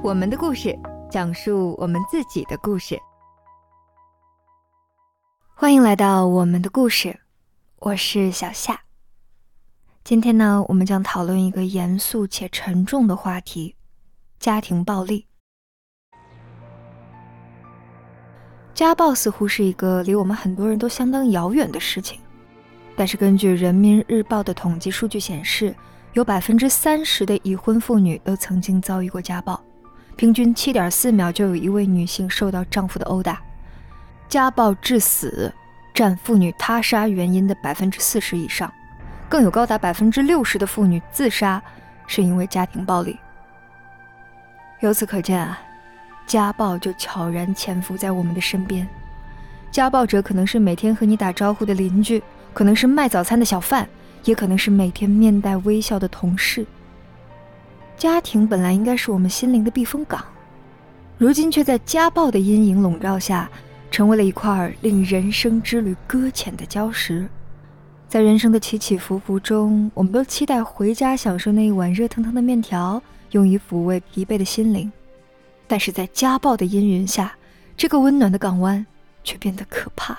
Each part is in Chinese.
我们的故事，讲述我们自己的故事。欢迎来到我们的故事，我是小夏。今天呢，我们将讨论一个严肃且沉重的话题：家庭暴力。家暴似乎是一个离我们很多人都相当遥远的事情，但是根据人民日报的统计数据显示，有 30% 的已婚妇女都曾经遭遇过家暴，平均 7.4 秒就有一位女性受到丈夫的殴打。家暴致死占妇女他杀原因的 40% 以上，更有高达 60% 的妇女自杀是因为家庭暴力。由此可见啊，家暴就悄然潜伏在我们的身边。家暴者可能是每天和你打招呼的邻居，可能是卖早餐的小贩，也可能是每天面带微笑的同事。家庭本来应该是我们心灵的避风港，如今却在家暴的阴影笼罩下，成为了一块令人生之旅搁浅的礁石。在人生的起起伏伏中，我们都期待回家享受那一碗热腾腾的面条，用以抚慰疲惫的心灵。但是在家暴的阴云下，这个温暖的港湾却变得可怕。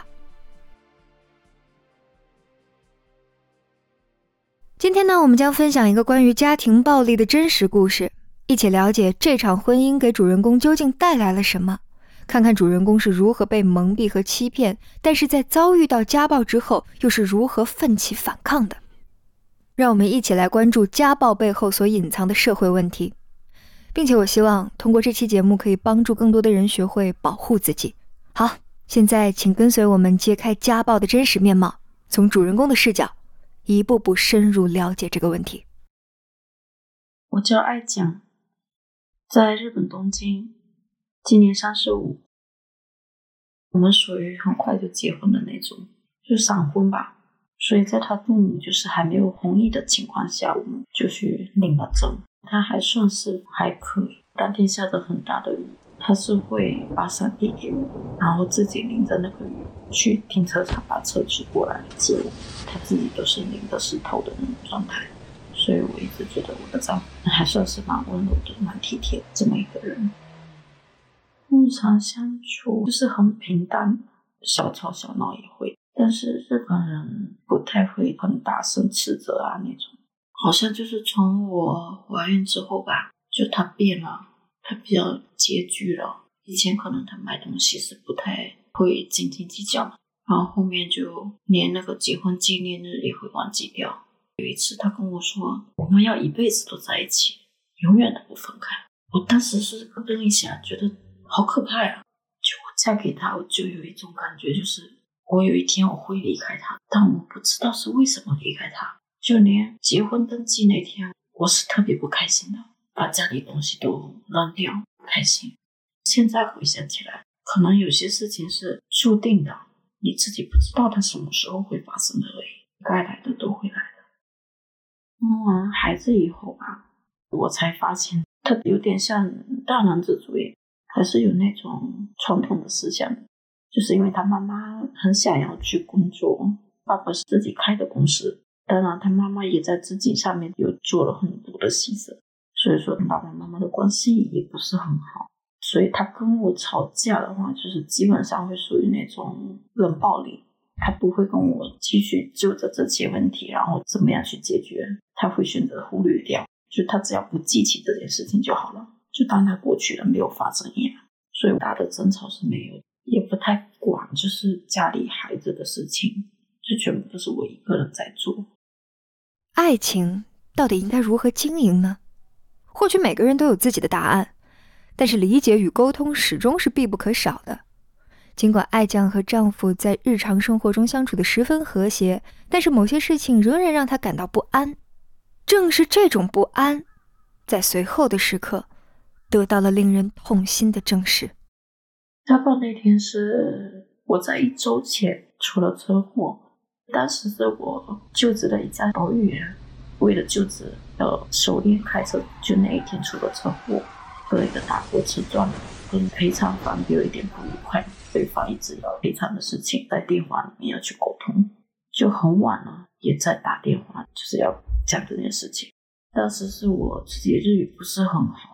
今天呢，我们将分享一个关于家庭暴力的真实故事，一起了解这场婚姻给主人公究竟带来了什么，看看主人公是如何被蒙蔽和欺骗，但是在遭遇到家暴之后又是如何奋起反抗的。让我们一起来关注家暴背后所隐藏的社会问题，并且我希望通过这期节目可以帮助更多的人学会保护自己。好，现在请跟随我们揭开家暴的真实面貌，从主人公的视角一步步深入了解这个问题。 我叫爱酱，在日本东京，今年35。我们属于很快就结婚的那种，就闪婚吧。所以在他父母就是还没有同意的情况下，我们就去领了证。他还算是还可以，当天下着很大的雨，他是会把伞递给我，然后自己淋着那个雨去停车场把车取过来接我，他自己都是淋得湿透的那种状态。所以我一直觉得我的丈夫还算是蛮温柔的，蛮体贴的这么一个人。日常相处就是很平淡，小吵小闹也会，但是日本人不太会很大声斥责啊那种。好像就是从我怀孕之后吧，就他变了，他比较拮据了。以前可能他买东西是不太会斤斤计较，然后后面就连那个结婚纪念日也会忘记掉。有一次他跟我说，我们要一辈子都在一起，永远都不分开。我当时是咯噔一下，觉得好可怕呀！就我嫁给他，我就有一种感觉，就是我有一天我会离开他，但我不知道是为什么离开他。就连结婚登记那天，我是特别不开心的，把家里东西都扔掉，不开心。现在回想起来，可能有些事情是注定的，你自己不知道它什么时候会发生的而已，该来的都会来的。完孩子以后吧，我才发现他有点像大男子主义，还是有那种传统的思想。就是因为他妈妈很想要去工作，爸爸是自己开的公司，当然他妈妈也在资金上面有做了很多的牺牲，所以说爸爸妈妈的关系也不是很好。所以他跟我吵架的话，就是基本上会属于那种冷暴力，他不会跟我继续就着这些问题然后怎么样去解决，他会选择忽略掉，就他只要不记起这件事情就好了，就当他过去了，没有发生一样。所以大的争吵是没有，也不太管就是家里孩子的事情，就全部都是我一个人在做。 爱情到底应该如何经营呢？或许每个人都有自己的答案，但是理解与沟通始终是必不可少的。尽管爱酱和丈夫在日常生活中相处得十分和谐，但是某些事情仍然让她感到不安。正是这种不安，在随后的时刻得到了令人痛心的证实。 家暴那天是我在1周前出了车祸，当时是我就职的一家保育员，为了就职要熟练开车，就那一天出了车祸，和一个大货车撞了，跟赔偿方有一点不愉快，对方一直要赔偿的事情在电话里面要去沟通，就很晚了也在打电话，就是要讲这件事情。当时是我自己日语不是很好，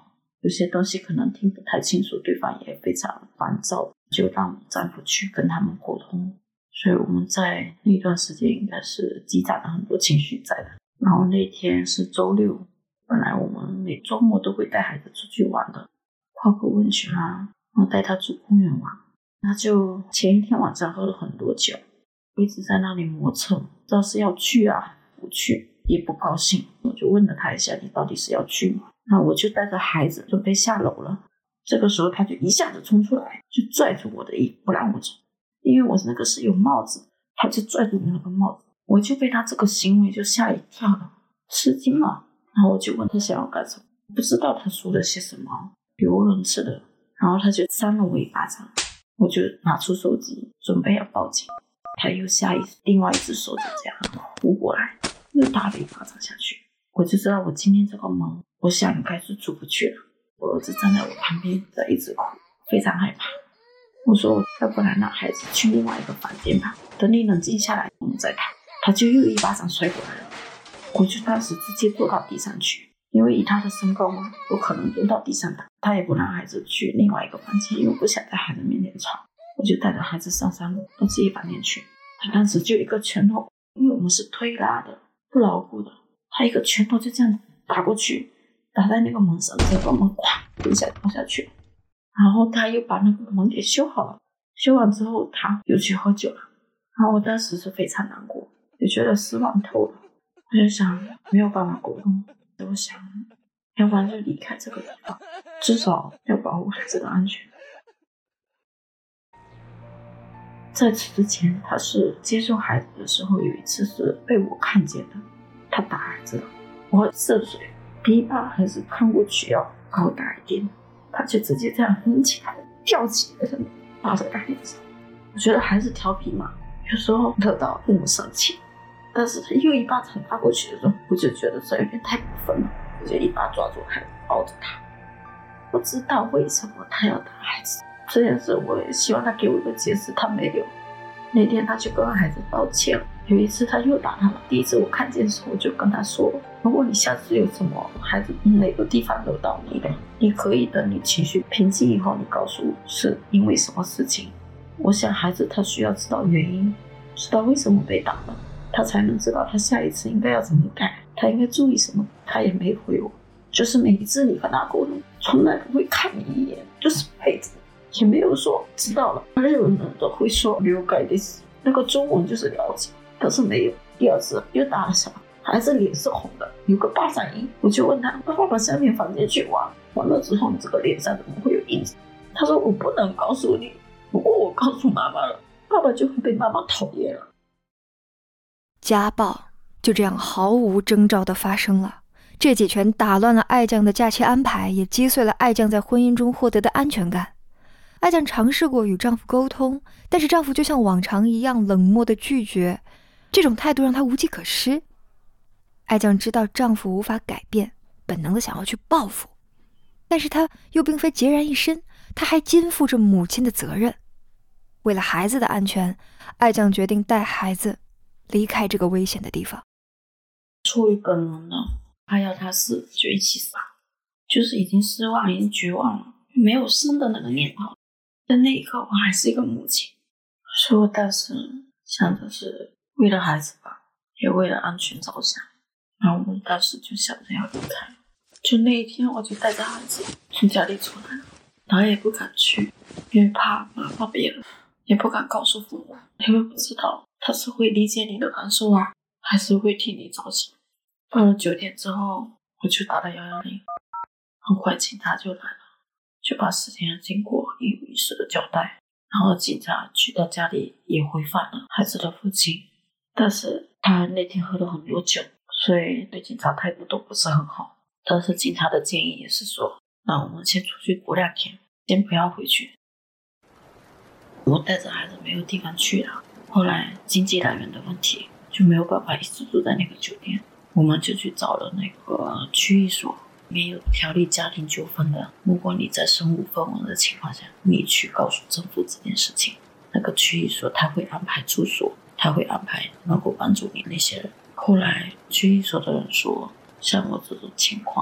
有些东西可能听不太清楚，对方也非常烦躁，就让丈夫去跟他们沟通。所以我们在那段时间应该是积攒了很多情绪在的。然后那天是周六，本来我们每周末都会带孩子出去玩的，泡个温泉啊，然后带他去公园玩。他就前一天晚上喝了很多酒，一直在那里磨蹭，不知道是要去啊不去，也不高兴。我就问了他一下，你到底是要去吗？那我就带着孩子准备下楼了。这个时候他就一下子冲出来，就拽住我的衣服不让我走，因为我那个是有帽子，他就拽住那个帽子，我就被他这个行为就吓一跳了，吃惊了。然后我就问他想要干什么，不知道他说了些什么，语无伦次的。然后他就扇了我一巴掌，我就拿出手机准备要报警，他又另外一只手就这样扑过来，又打了一巴掌下去。我就知道我今天这个梦，我想应该是出不去了。我儿子站在我旁边在一直哭，非常害怕。我说要不然让孩子去另外一个房间吧，等你冷静下来我们再谈。他就又一巴掌摔过来了，我就当时直接坐到地上去，因为以他的身高嘛，我可能蹲到地上打。他也不让孩子去另外一个房间，因为我不想在孩子面前吵。我就带着孩子上3楼到自己房间去，他当时就一个拳头，因为我们是推拉的不牢固的，他一个拳头就这样打过去，打在那个门上，整个门咵一下掉下去了。然后他又把那个门给修好了，修完之后他又去喝酒了。然后我当时是非常难过，就觉得失望透了。我就想没有办法沟通，我想要不然就离开这个地方，至少要保护孩子的安全。在此之前，他是接受孩子的时候，有一次是被我看见的，他打孩子了。我4岁，比一般孩子看过去要高大一点，他就直接这样拎起来，吊起来，打在他脸上。我觉得孩子调皮嘛，有时候惹到父母生气，但是他又一巴掌打过去的时候，我就觉得这有点太过分了，我就一把抓住孩子，抱着他。不知道为什么他要打孩子。这件事我也希望他给我一个解释，他没有。那天他就跟孩子道歉了。有一次他又打他了，第一次我看见的时候我就跟他说，如果你下次有什么孩子哪个地方惹到你了，你可以等你情绪平静以后，你告诉我是因为什么事情。我想孩子他需要知道原因，知道为什么被打了，他才能知道他下一次应该要怎么改，他应该注意什么。他也没回我，就是每一次你跟他沟通，从来不会看你一眼，就是陪着，也没有说知道了。日本人都会说了解です，那个中文就是了解，可是没有。第二次又打了小孩子，脸是红的，有个巴掌印。我就问他，爸爸下面房间去玩，完了之后你这个脸上怎么会有印子？他说我不能告诉你，如果我告诉妈妈了，爸爸就会被妈妈讨厌了。 家暴就这样毫无征兆地发生了。这几拳打乱了爱酱的假期安排，也击碎了爱酱在婚姻中获得的安全感。爱酱尝试过与丈夫沟通，但是丈夫就像往常一样冷漠的拒绝，这种态度让她无计可施。爱酱知道丈夫无法改变，本能的想要去报复，但是她又并非孑然一身，她还肩负着母亲的责任。为了孩子的安全，爱酱决定带孩子离开这个危险的地方。 出于本能的，他要他死就一起死，就是已经失望，已经绝望了，没有生的那个念头。在那一刻我还是一个母亲，所以我当时想的是为了孩子吧，也为了安全着想。然后我们当时就想着要离开，就那一天我就带着孩子从家里出来了，哪也不敢去，因为怕麻烦别人，也不敢告诉父母，因为不知道他是会理解你的感受啊，还是会替你着想。到了9点之后，我就打了110，很快警察就来了，就把事情的经过一五一十的交代。然后警察去到家里也回访了孩子的父亲，但是他那天喝了很多酒，所以对警察态度都不是很好。但是警察的建议也是说，那我们先出去过2天，先不要回去。我带着孩子没有地方去了，后来经济来源的问题就没有办法一直住在那个酒店，我们就去找了那个区域所，没有调理家庭纠纷的。如果你在身无分文的情况下，你去告诉政府这件事情，那个区域所他会安排住所，他会安排能够帮助你那些人。后来区域所的人说，像我这种情况，就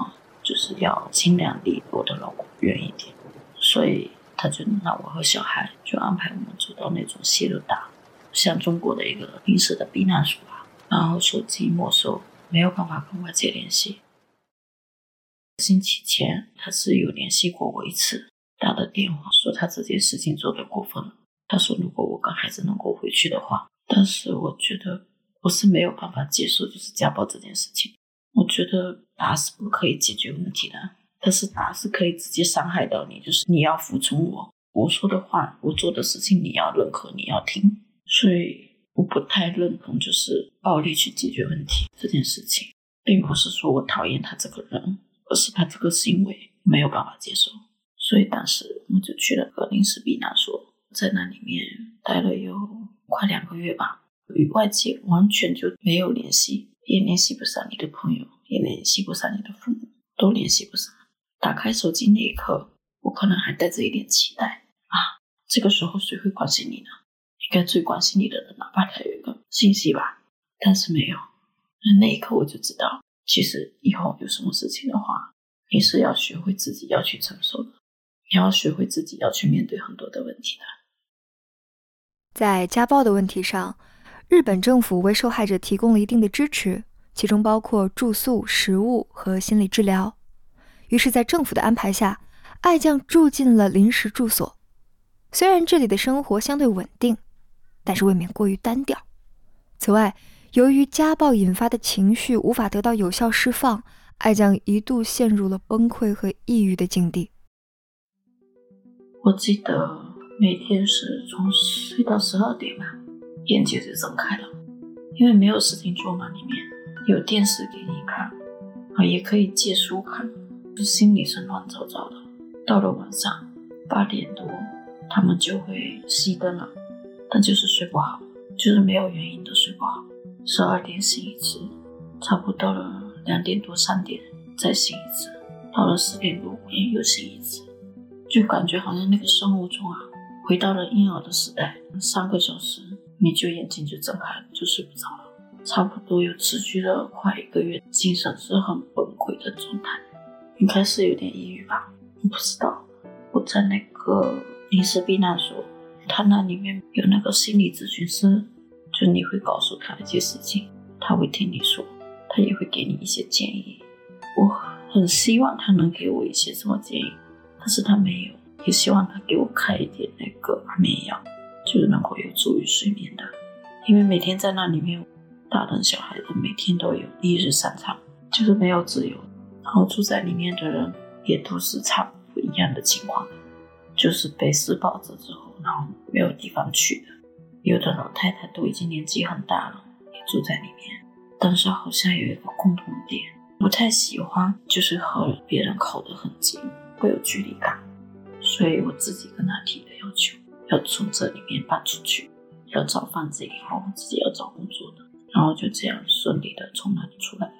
就是要尽量离我的老公远一点，所以他就让我和小孩就安排我们住到那种谢鲁达，像中国的一个临时的避难所吧，然后手机没收，没有办法跟外界联系。星期前他是有联系过我一次，打的电话说他这件事情做得过分了，他说如果我跟孩子能够回去的话，但是我觉得我是没有办法接受就是家暴这件事情。我觉得打是不可以解决问题的，但是打是可以直接伤害到你，就是你要服从我说的话，我做的事情你要认可，你要听。所以我不太认同就是暴力去解决问题这件事情，并不是说我讨厌他这个人，而是他这个行为没有办法接受。所以当时我就去了个临时避难所，在那里面待了有快2个月吧，与外界完全就没有联系，也联系不上你的朋友，也联系不上你的父母，都联系不上。打开手机那一刻，我可能还带着一点期待啊，这个时候谁会关心你呢？应该最关心你的人哪怕他有一个信息吧，但是没有。那一刻我就知道，其实以后有什么事情的话，你是要学会自己要去承受的，你要学会自己要去面对很多的问题的。 在家暴的问题上，日本政府为受害者提供了一定的支持，其中包括住宿、食物和心理治疗。于是在政府的安排下，爱酱住进了临时住所。虽然这里的生活相对稳定，但是未免过于单调。此外，由于家暴引发的情绪无法得到有效释放，爱酱一度陷入了崩溃和抑郁的境地。 我记得每天是从睡到12点吧，眼睛就睁开了，因为没有事情做嘛，里面有电视给你看，也可以借书看，就心里是乱糟糟的。到了晚上8点多，他们就会熄灯了，但就是睡不好，就是没有原因的睡不好。12点醒一次，差不多到了2点多3点再醒一次，到了4点多5点又醒一次，就感觉好像那个生物钟回到了婴儿的时代，3个小时你就眼睛就睁开了，就睡不着了。差不多又持续了快1个月，精神是很崩溃的状态，应该是有点抑郁吧，我不知道。我在那个临时避难所，他那里面有那个心理咨询师，就你会告诉他一些事情，他会听你说，他也会给你一些建议。我很希望他能给我一些什么建议，但是他没有。也希望他给我开一点那个安眠药，就是能够有助于睡眠的。因为每天在那里面，大人小孩的每天都有1日3餐，就是没有自由。然后住在里面的人也都是差不多一样的情况，就是被施暴者之后，然后没有地方去的。有的老太太都已经年纪很大了，也住在里面，但是好像有一个共同点，不太喜欢就是和别人靠得很近，会有距离感。所以我自己跟他提的要求，要从这里面搬出去，要找房子以后自己要找工作的，然后就这样顺利的从那里出来了。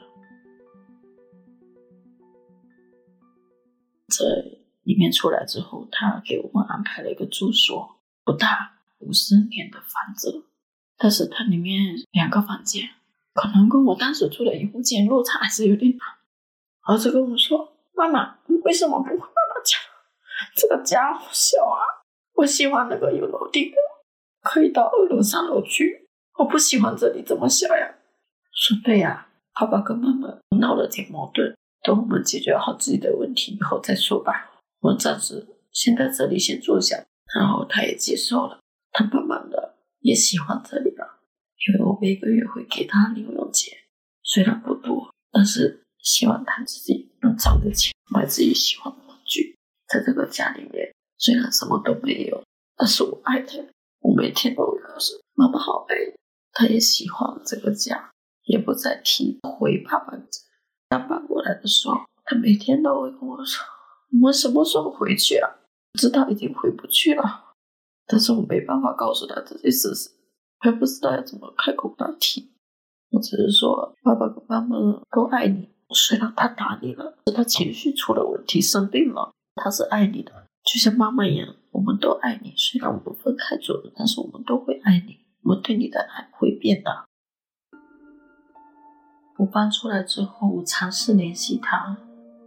在里面出来之后，他给我们安排了一个住所，不大，50年的房子，但是它里面2个房间，可能跟我当时住的1户间落差还是有点大。儿子跟我说，妈妈，你为什么不回爸爸家？这个家好小啊，我喜欢那个有楼梯的，可以到2楼3楼去，我不喜欢这里这么小呀。说对呀，爸爸跟妈妈闹了点矛盾，等我们解决好自己的问题以后再说吧。我暂时先在这里先住下，然后他也接受了，他慢慢的也喜欢这里了，因为我每个月会给他零用钱，虽然不多，但是希望他自己能赚的钱买自己喜欢的玩具。在这个家里面，虽然什么都没有，但是我爱他，我每天都会告诉妈妈好爱你。他也喜欢这个家，也不再提回爸爸家。刚搬过来的时候，他每天都会跟我说，我们什么时候回去啊？我知道已经回不去了，但是我没办法告诉他这些事实，我也不知道要怎么开口跟他提。我只是说，爸爸跟妈妈都爱你，虽然他打你了，是他情绪出了问题生病了，他是爱你的，就像妈妈一样，我们都爱你。虽然我们分开走了，但是我们都会爱你，我们对你的爱会变的。我搬出来之后，我尝试联系他，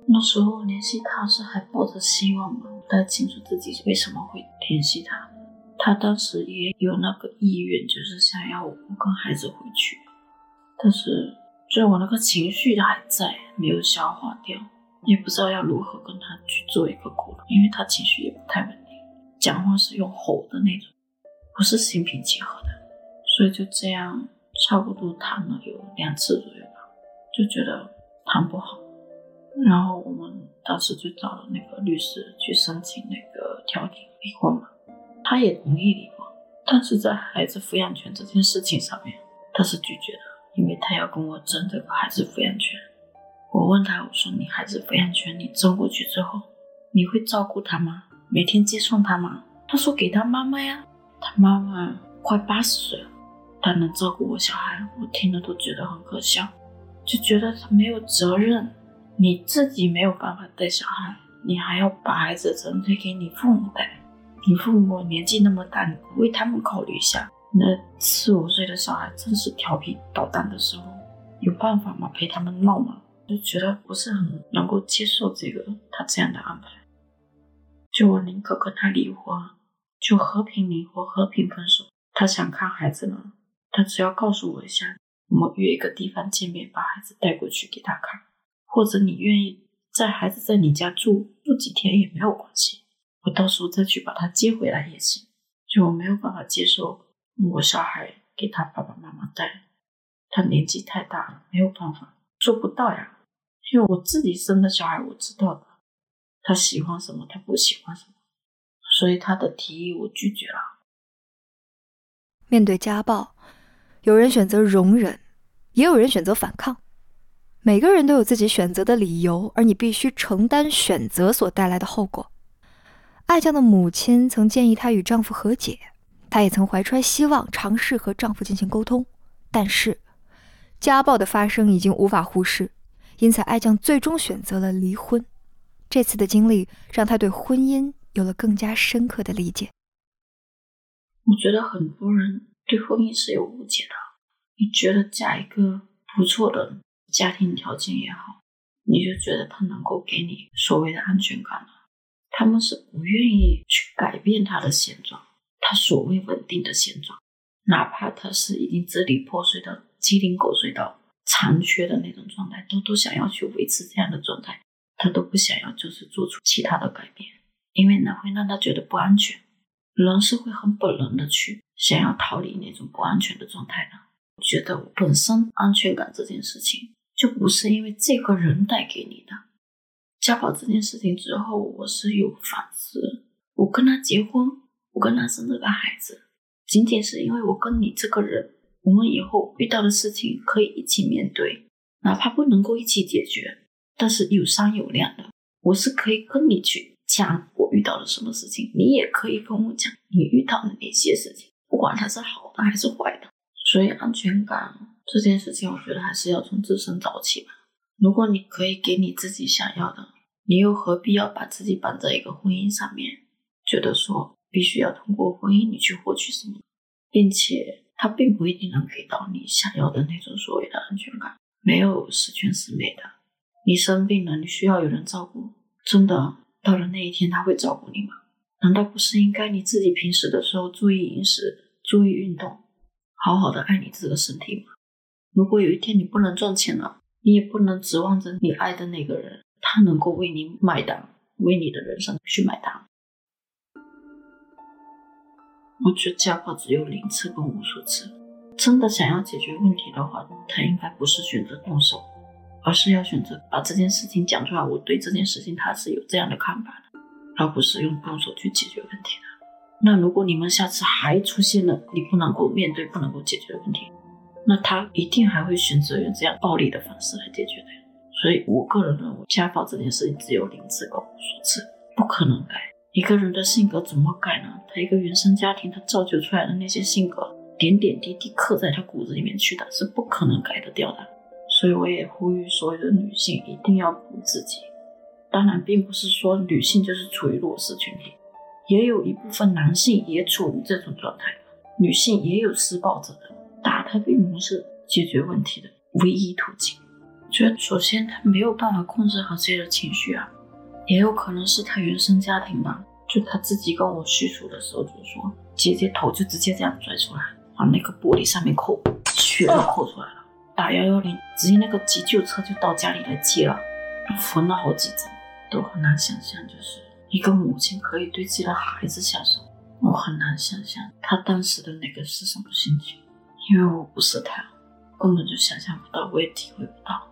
那时候联系他是还抱着希望嘛，不太清楚自己为什么会联系他。他当时也有那个意愿，就是想要我跟孩子回去，但是就我那个情绪还在，没有消化掉，也不知道要如何跟他去做一个沟通，因为他情绪也不太稳定，讲话是用吼的那种，不是心平气和的。所以就这样差不多谈了有2次左右吧，就觉得谈不好，然后我们当时就找了那个律师去申请那个调停离婚嘛，他也同意离婚，但是在孩子抚养权这件事情上面他是拒绝的，因为他要跟我争这个孩子抚养权。我问他，我说你孩子抚养权你争过去之后，你会照顾他吗？每天接送他吗？他说给他妈妈呀，他妈妈快80岁了，他能照顾我小孩，我听了都觉得很可笑，就觉得他没有责任，你自己没有办法带小孩，你还要把孩子整推给你父母带，你父母年纪那么大，你为他们考虑一下，那4、5岁的小孩真是调皮捣蛋的时候，有办法吗？陪他们闹吗？就觉得不是很能够接受他这样的安排，就我宁可跟他离婚，就和平离婚，和平分手。他想看孩子了，他只要告诉我一下，我们约一个地方见面，把孩子带过去给他看，或者你愿意在孩子在你家住几天也没有关系，我到时候再去把他接回来也行。就我没有办法接受我小孩给他爸爸妈妈带，他年纪太大了，没有办法，做不到呀。因为我自己生的小孩我知道的，他喜欢什么他不喜欢什么，所以他的提议我拒绝了。 面对家暴，有人选择容忍，也有人选择反抗，每个人都有自己选择的理由，而你必须承担选择所带来的后果。爱酱的母亲曾建议她与丈夫和解，她也曾怀揣希望尝试和丈夫进行沟通，但是家暴的发生已经无法忽视，因此爱酱最终选择了离婚。这次的经历让她对婚姻有了更加深刻的理解。 我觉得很多人对婚姻是有误解的，你觉得嫁一个不错的家庭条件也好，你就觉得他能够给你所谓的安全感了。他们是不愿意去改变他的现状，他所谓稳定的现状，哪怕他是已经支离破碎到鸡零狗碎到残缺的那种状态，都想要去维持这样的状态，他都不想要就是做出其他的改变，因为那会让他觉得不安全。人是会很本能的去想要逃离那种不安全的状态的。我觉得我本身安全感这件事情就不是因为这个人带给你的。家暴这件事情之后，我是有反思，我跟他结婚，我跟他生这个孩子，仅仅是因为我跟你这个人，我们以后遇到的事情可以一起面对，哪怕不能够一起解决，但是有商有量的，我是可以跟你去讲我遇到了什么事情，你也可以跟我讲你遇到的哪些事情，不管它是好的还是坏的。所以安全感这件事情，我觉得还是要从自身找起吧。如果你可以给你自己想要的，你又何必要把自己绑在一个婚姻上面，觉得说必须要通过婚姻你去获取什么，并且它并不一定能给到你想要的那种所谓的安全感。没有十全十美的，你生病了你需要有人照顾，真的到了那一天他会照顾你吗？难道不是应该你自己平时的时候注意饮食，注意运动，好好的爱你这个身体吗？如果有一天你不能赚钱了，你也不能指望着你爱的那个人他能够为你买单，为你的人生去买单。我觉得家暴只有0次跟无数次，真的想要解决问题的话，他应该不是选择动手，而是要选择把这件事情讲出来，我对这件事情他是有这样的看法的，而不是用动手去解决问题的。那如果你们下次还出现了你不能够面对不能够解决的问题，那他一定还会选择用这样暴力的方式来解决的。所以我个人认为家暴这件事情只有0次跟无数次，不可能改。一个人的性格怎么改呢？他一个原生家庭他造就出来的那些性格点点滴滴刻在他骨子里面去的，是不可能改得掉的。所以我也呼吁所有的女性一定要顾自己。当然并不是说女性就是处于弱势群体，也有一部分男性也处于这种状态，女性也有施暴者的，打他并不是解决问题的唯一途径。 觉得首先他没有办法控制好自己的情绪啊，也有可能是他原生家庭吧。就他自己跟我叙述的时候，就是说姐姐头就直接这样拽出来，把那个玻璃上面扣，血都扣出来了。打110，直接那个急救车就到家里来接了，缝了好几针，都很难想象，就是一个母亲可以对自己的孩子下手，我很难想象他当时的那个是什么心情，因为我不是他，根本就想象不到，我也体会不到。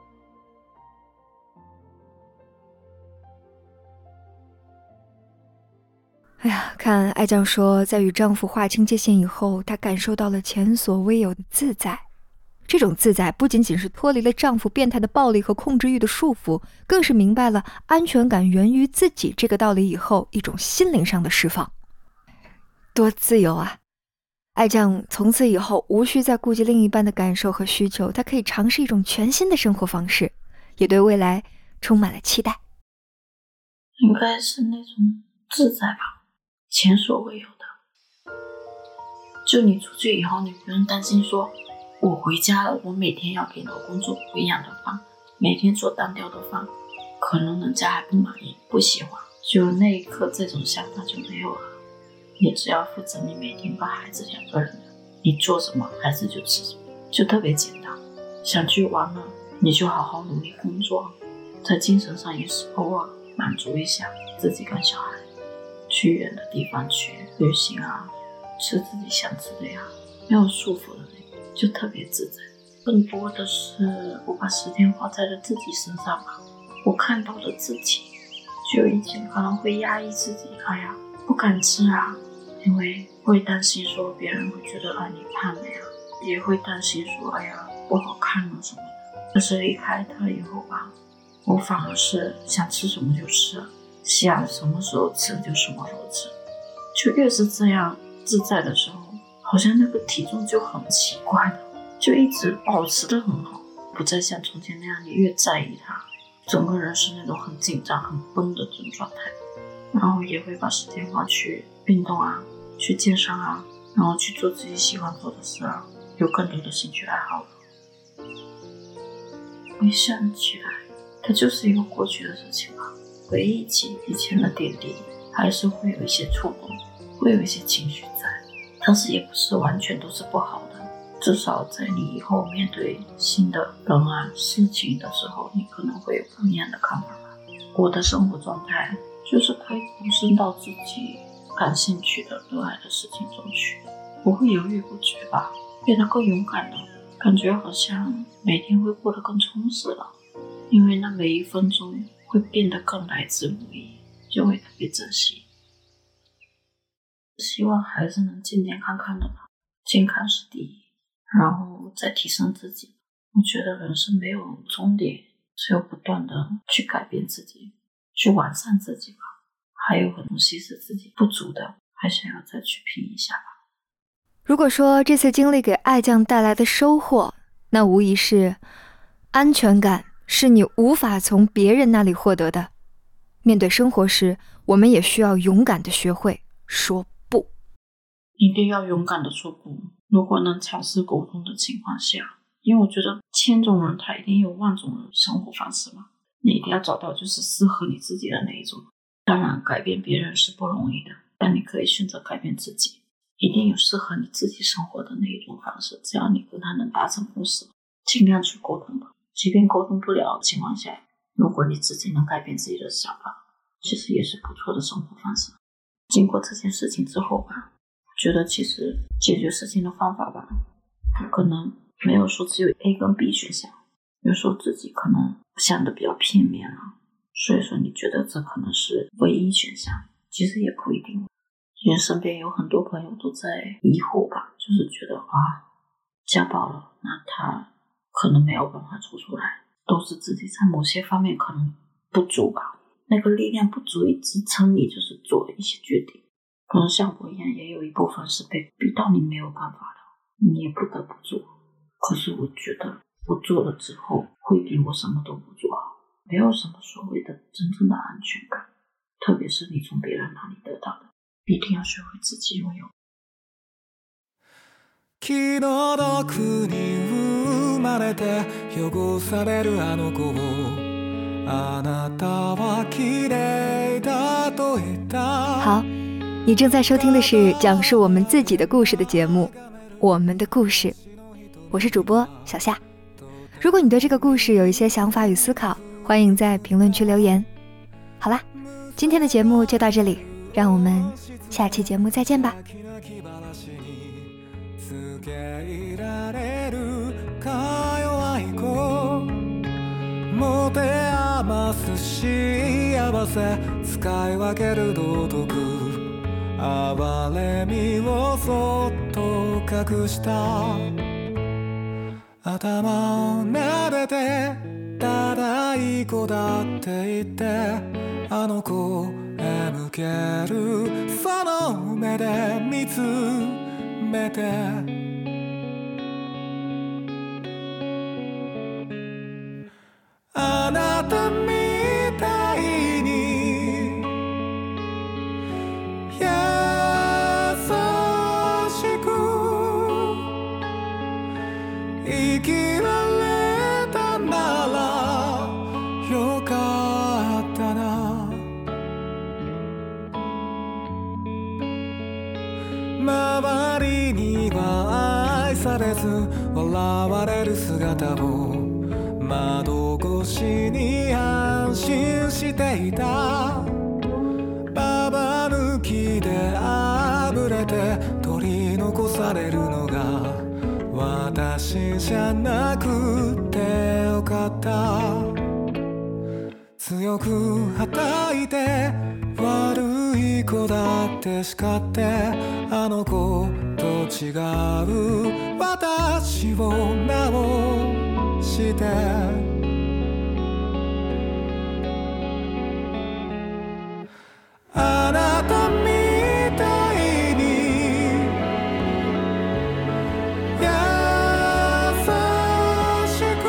哎呀，看爱酱说，在与丈夫划清界限以后，她感受到了前所未有的自在。这种自在不仅仅是脱离了丈夫变态的暴力和控制欲的束缚，更是明白了安全感源于自己这个道理以后一种心灵上的释放。多自由啊！爱酱从此以后无需再顾及另一半的感受和需求，她可以尝试一种全新的生活方式，也对未来充满了期待。 应该是那种自在吧，前所未有的。就你出去以后，你不用担心说我回家了，我每天要给老公做不一样的饭，每天做单调的饭，可能人家还不满意，不喜欢。就那一刻这种想法就没有了，你只要负责你每天跟孩子2个人的，你做什么孩子就吃什么，就特别简单。想去玩了，你就好好努力工作，在精神上也是偶尔满足一下自己跟小孩，去远的地方去旅行啊，吃自己想吃的呀，没有束缚的那种，就特别自在。更多的是我把时间花在了自己身上吧，我看到了自己，就以前可能会压抑自己，哎呀不敢吃啊，因为会担心说别人会觉得你胖了呀，也会担心说哎呀不好看了什么的。可是离开他以后吧，我反而是想吃什么就吃，想什么时候吃就什么时候吃，就越是这样自在的时候，好像那个体重就很奇怪的，就一直保持得很好，不再像从前那样你越在意它，整个人是那种很紧张很绷的这种状态。然后也会把时间花去运动啊，去健身啊，然后去做自己喜欢做的事啊，有更多的兴趣爱好了。回想起来，它就是一个过去的事情吧，回忆起以前的点滴，还是会有一些触动，会有一些情绪在，但是也不是完全都是不好的，至少在你以后面对新的人啊事情的时候，你可能会有不一样的看法吧。我的生活状态就是可以投身到自己感兴趣的热爱的事情中去，不会犹豫不决吧，变得更勇敢了，感觉好像每天会过得更充实了，因为那每一分钟会变得更来之不易，就会特别珍惜。希望孩子能健健康康的吧，健康是第一，然后再提升自己。我觉得人生没有终点，只有不断的去改变自己，去完善自己吧。还有很多东西是自己不足的，还想要再去拼一下吧。 如果说这次经历给爱酱带来的收获，那无疑是安全感是你无法从别人那里获得的。面对生活时，我们也需要勇敢的学会说不。 一定要勇敢的说不。如果能尝试沟通的情况下，因为我觉得1000种人他一定有万种的生活方式嘛，你一定要找到就是适合你自己的那一种。当然改变别人是不容易的，但你可以选择改变自己，一定有适合你自己生活的那一种方式，只要你跟他能达成共识，尽量去沟通吧。即便沟通不了的情况下，如果你自己能改变自己的想法，其实也是不错的生活方式。经过这件事情之后吧，觉得其实解决事情的方法吧，可能没有说只有 A 跟 B 选项，有时候自己可能想的比较片面了，所以说你觉得这可能是唯一选项，其实也不一定。因为身边有很多朋友都在疑惑吧，就是觉得家暴了，那他可能没有办法走出来，都是自己在某些方面可能不足吧，那个力量不足以支撑你就是做一些决定。可能像我一样也有一部分是被逼到你没有办法的，你也不得不做。可是我觉得我做了之后会比我什么都不做好，没有什么所谓的真正的安全感，特别是你从别人那里得到的，一定要学会自己拥有。気の毒に生まれて汚されるあの子をあなたは綺麗だと言った。 好，你正在收听的是讲述我们自己的故事的节目《我们的故事》，我是主播小夏。如果你对这个故事有一些想法与思考，欢迎在评论区留言。好啦，今天的节目就到这里，让我们下期节目再见吧。 持て余す幸せ使い分ける道徳哀れみをそっと隠した頭を撫でてただいい子だって言ってあの子へ向けるその目で見つめてあなたみたいに優しく生きられたならよかったな周りには愛されず笑われる姿を窓越しに安心していたババ抜きであぶれて取り残されるのが私じゃなくてよかった強くはたいて悪い子だって叱ってあの子と違う私を直してあなたみたいに優しく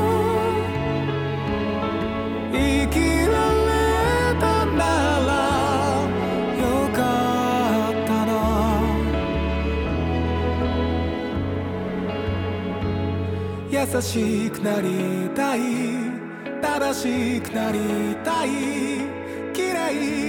生きられたならよかったな優しくなりたい正しくなりたい綺麗